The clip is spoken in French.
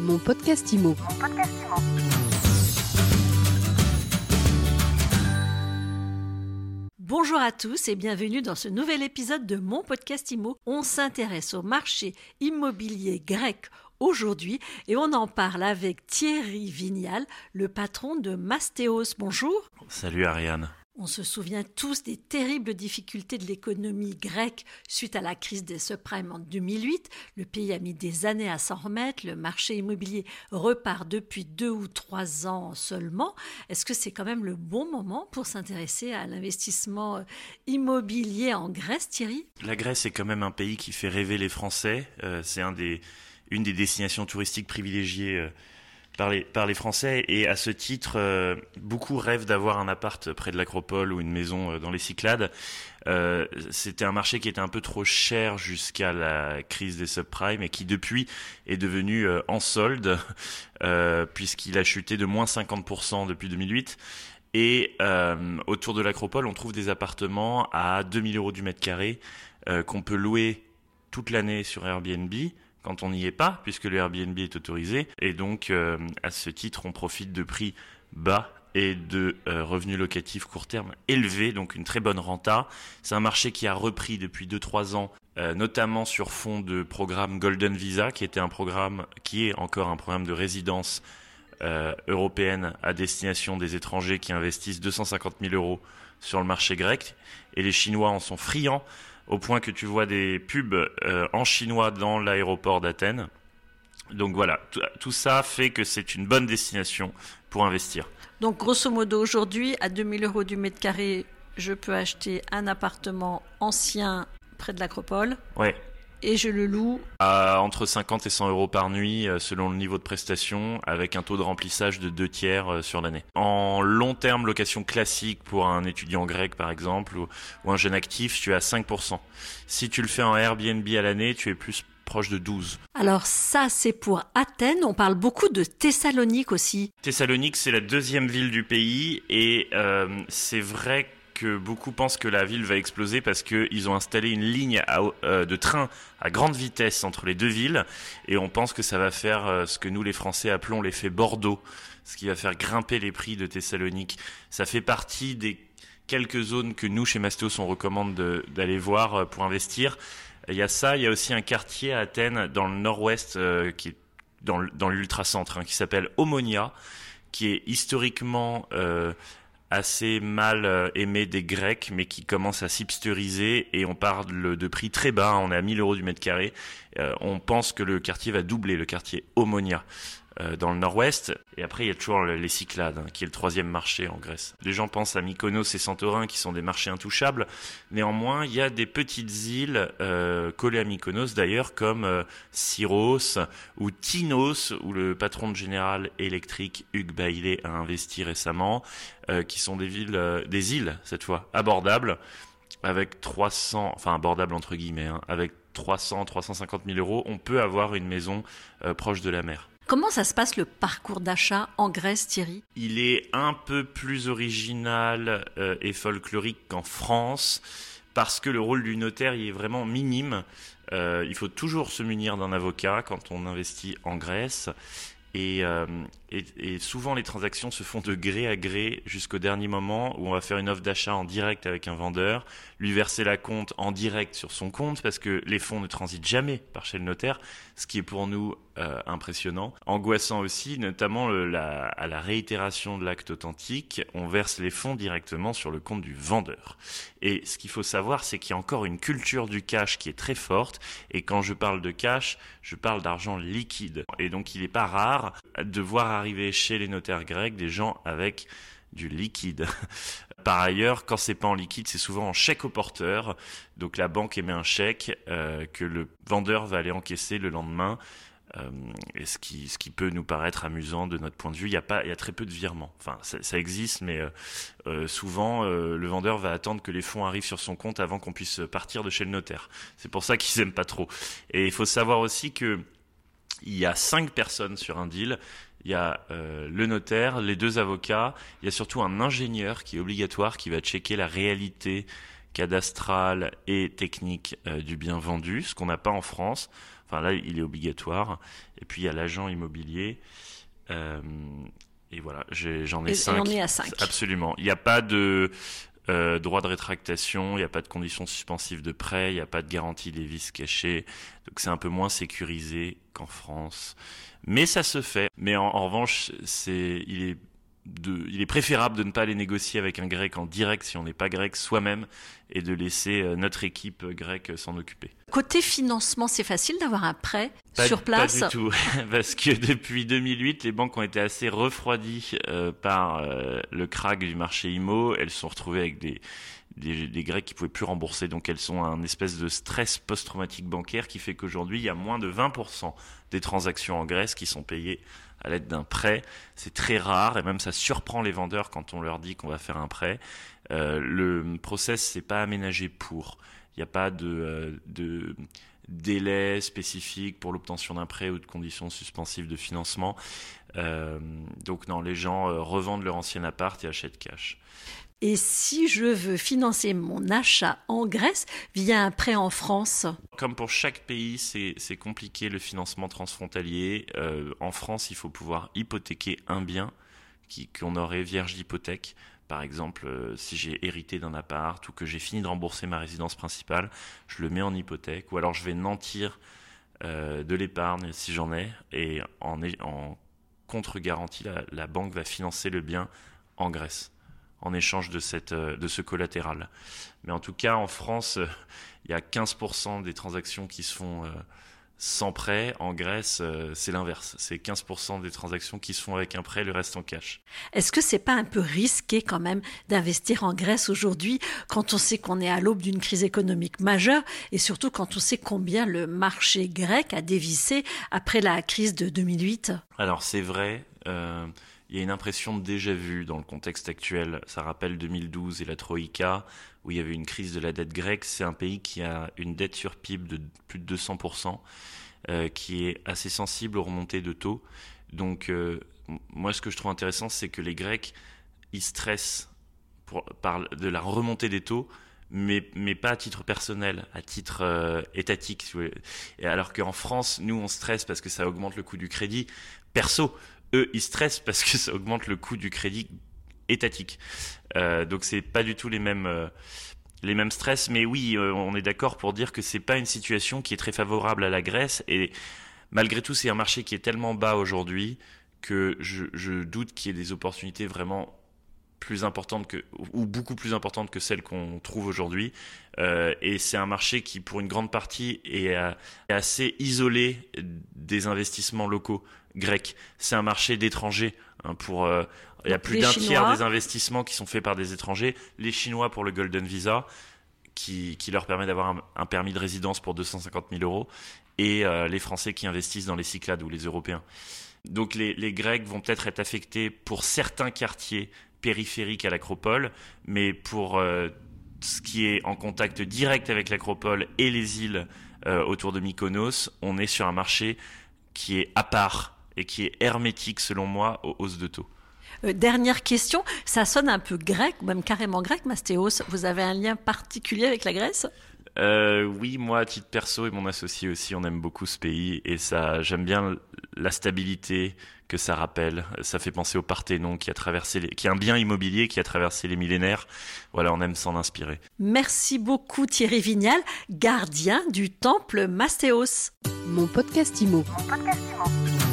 Mon podcast IMO. Bonjour à tous et bienvenue dans ce nouvel épisode de mon podcast IMO. On s'intéresse au marché immobilier grec aujourd'hui et on en parle avec Thierry Vignal, le patron de Mastéos. Bonjour. Salut Ariane. On se souvient tous des terribles difficultés de l'économie grecque suite à la crise des subprimes en 2008. Le pays a mis des années à s'en remettre. Le marché immobilier repart depuis 2 ou 3 ans seulement. Est-ce que c'est quand même le bon moment pour s'intéresser à l'investissement immobilier en Grèce, Thierry ? La Grèce est quand même un pays qui fait rêver les Français. C'est une des destinations touristiques privilégiées par les Français, et à ce titre, beaucoup rêvent d'avoir un appart près de l'Acropole ou une maison dans les Cyclades. C'était un marché qui était un peu trop cher jusqu'à la crise des subprimes et qui depuis est devenu en solde, puisqu'il a chuté de moins 50% depuis 2008. Et autour de l'Acropole, on trouve des appartements à 2 000 € du mètre carré qu'on peut louer toute l'année sur Airbnb, quand on n'y est pas, puisque le Airbnb est autorisé. Et donc, à ce titre, on profite de prix bas et de revenus locatifs court terme élevés, donc une très bonne renta. C'est un marché qui a repris depuis 2-3 ans, notamment sur fond de programme Golden Visa, qui est encore un programme de résidence européenne à destination des étrangers qui investissent 250 000 € sur le marché grec. Et les Chinois en sont friands, au point que tu vois des pubs en chinois dans l'aéroport d'Athènes. Donc voilà, tout ça fait que c'est une bonne destination pour investir. Donc grosso modo, aujourd'hui, à 2 000 € du mètre carré, je peux acheter un appartement ancien près de l'Acropole. Ouais. Et je le loue à entre 50 et 100 € par nuit, selon le niveau de prestation, avec un taux de remplissage de 2/3 sur l'année. En long terme, location classique pour un étudiant grec par exemple, ou un jeune actif, tu es à 5%. Si tu le fais en Airbnb à l'année, tu es plus proche de 12%. Alors ça, c'est pour Athènes. On parle beaucoup de Thessalonique aussi. Thessalonique, c'est la 2e ville du pays, et c'est vrai que beaucoup pensent que la ville va exploser parce qu'ils ont installé une ligne de train à grande vitesse entre les deux villes, et on pense que ça va faire ce que nous les Français appelons l'effet Bordeaux, ce qui va faire grimper les prix de Thessalonique. Ça fait partie des quelques zones que nous chez Mastéos on recommande d'aller voir pour investir. Il y a ça, il y a aussi un quartier à Athènes dans le nord-ouest qui est dans l'ultra-centre, qui s'appelle Omonia, qui est historiquement assez mal aimé des Grecs, mais qui commence à s'hipsteriser, et on parle de prix très bas, on est à 1 000 € du mètre carré. On pense que le quartier va doubler, le quartier Omonia, dans le nord-ouest. Et après, il y a toujours les Cyclades, qui est le 3e marché en Grèce. Les gens pensent à Mykonos et Santorin, qui sont des marchés intouchables. Néanmoins, il y a des petites îles collées à Mykonos, d'ailleurs, comme Syros ou Tinos, où le patron de General Electric, Hugues Bailey, a investi récemment, qui sont des îles, cette fois, abordables, avec abordables entre guillemets, avec 350 000 €, on peut avoir une maison proche de la mer. Comment ça se passe le parcours d'achat en Grèce, Thierry ? Il est un peu plus original et folklorique qu'en France, parce que le rôle du notaire y est vraiment minime. Il faut toujours se munir d'un avocat quand on investit en Grèce. Et souvent les transactions se font de gré à gré jusqu'au dernier moment, où on va faire une offre d'achat en direct avec un vendeur, lui verser la compte en direct sur son compte, parce que les fonds ne transitent jamais par chez le notaire, ce qui est pour nous impressionnant. Angoissant aussi, notamment à la réitération de l'acte authentique, on verse les fonds directement sur le compte du vendeur. Et ce qu'il faut savoir, c'est qu'il y a encore une culture du cash qui est très forte, et quand je parle de cash, je parle d'argent liquide. Et donc il n'est pas rare de voir arriver chez les notaires grecs des gens avec du liquide. Par ailleurs, quand c'est pas en liquide, c'est souvent en chèque au porteur. Donc la banque émet un chèque que le vendeur va aller encaisser le lendemain. Et ce qui peut nous paraître amusant de notre point de vue, il y a très peu de virements. Enfin, ça existe, mais souvent le vendeur va attendre que les fonds arrivent sur son compte avant qu'on puisse partir de chez le notaire. C'est pour ça qu'ils aiment pas trop. Et il faut savoir aussi que il y a 5 personnes sur un deal. Il y a le notaire, les 2 avocats, il y a surtout un ingénieur qui est obligatoire, qui va checker la réalité cadastrale et technique du bien vendu, ce qu'on n'a pas en France. Enfin là, il est obligatoire. Et puis il y a l'agent immobilier. Et voilà, j'en ai 5. Et on est à 5. Absolument. Il n'y a pas de droit de rétractation, il n'y a pas de conditions suspensives de prêt, il n'y a pas de garantie des vices cachés. Donc c'est un peu moins sécurisé qu'en France. Mais ça se fait. Mais en revanche, il est préférable de ne pas aller négocier avec un grec en direct si on n'est pas grec soi-même et de laisser notre équipe grecque s'en occuper. Côté financement, c'est facile d'avoir un prêt sur place ? Pas du tout, parce que depuis 2008, les banques ont été assez refroidies par le krach du marché IMO. Elles se sont retrouvées avec des Grecs qui pouvaient plus rembourser, donc elles sont un espèce de stress post-traumatique bancaire qui fait qu'aujourd'hui, il y a moins de 20% des transactions en Grèce qui sont payées à l'aide d'un prêt. C'est très rare et même ça surprend les vendeurs quand on leur dit qu'on va faire un prêt. Le process, c'est pas aménagé pour. Il n'y a pas de délai spécifique pour l'obtention d'un prêt ou de conditions suspensives de financement. Donc non, les gens revendent leur ancien appart et achètent cash. Et si je veux financer mon achat en Grèce via un prêt en France ? Comme pour chaque pays, c'est compliqué le financement transfrontalier. En France, il faut pouvoir hypothéquer un bien qu'on aurait vierge d'hypothèque. Par exemple, si j'ai hérité d'un appart ou que j'ai fini de rembourser ma résidence principale, je le mets en hypothèque. Ou alors je vais nantir de l'épargne si j'en ai. Et en contre-garantie, la banque va financer le bien en Grèce en échange de ce collatéral. Mais en tout cas, en France, il y a 15% des transactions qui se font sans prêt. En Grèce, c'est l'inverse. C'est 15% des transactions qui se font avec un prêt, le reste en cash. Est-ce que c'est pas un peu risqué quand même d'investir en Grèce aujourd'hui quand on sait qu'on est à l'aube d'une crise économique majeure et surtout quand on sait combien le marché grec a dévissé après la crise de 2008 ? Alors c'est vrai, il y a une impression de déjà-vu dans le contexte actuel. Ça rappelle 2012 et la Troïka, où il y avait une crise de la dette grecque. C'est un pays qui a une dette sur PIB de plus de 200%, qui est assez sensible aux remontées de taux. Donc, moi, ce que je trouve intéressant, c'est que les Grecs, ils stressent par de la remontée des taux, mais pas à titre personnel, à titre étatique. Si vous voulez. Et alors qu'en France, nous, on stresse parce que ça augmente le coût du crédit perso. Eux, ils stressent parce que ça augmente le coût du crédit étatique. Donc, c'est pas du tout les mêmes stress. Mais oui, on est d'accord pour dire que c'est pas une situation qui est très favorable à la Grèce. Et malgré tout, c'est un marché qui est tellement bas aujourd'hui que je doute qu'il y ait des opportunités vraiment plus importantes ou beaucoup plus importantes que celles qu'on trouve aujourd'hui. Et c'est un marché qui, pour une grande partie, est assez isolé des investissements locaux grecs. C'est un marché d'étrangers. Il y a plus d'un tiers des investissements qui sont faits par des étrangers. Les Chinois pour le Golden Visa, qui leur permet d'avoir un permis de résidence pour 250 000 euros, et les Français qui investissent dans les Cyclades ou les Européens. Donc les Grecs vont peut-être être affectés pour certains quartiers périphériques à l'Acropole, mais pour ce qui est en contact direct avec l'Acropole et les îles autour de Mykonos, on est sur un marché qui est à part et qui est hermétique, selon moi, aux hausses de taux. Dernière question, ça sonne un peu grec, ou même carrément grec, Mastéos. Vous avez un lien particulier avec la Grèce ? Oui, moi, à titre perso et mon associé aussi, on aime beaucoup ce pays et j'aime bien la stabilité que ça rappelle. Ça fait penser au Parthénon qui est un bien immobilier qui a traversé les millénaires. Voilà, on aime s'en inspirer. Merci beaucoup Thierry Vignal, gardien du temple Mastéos. Mon podcast IMO.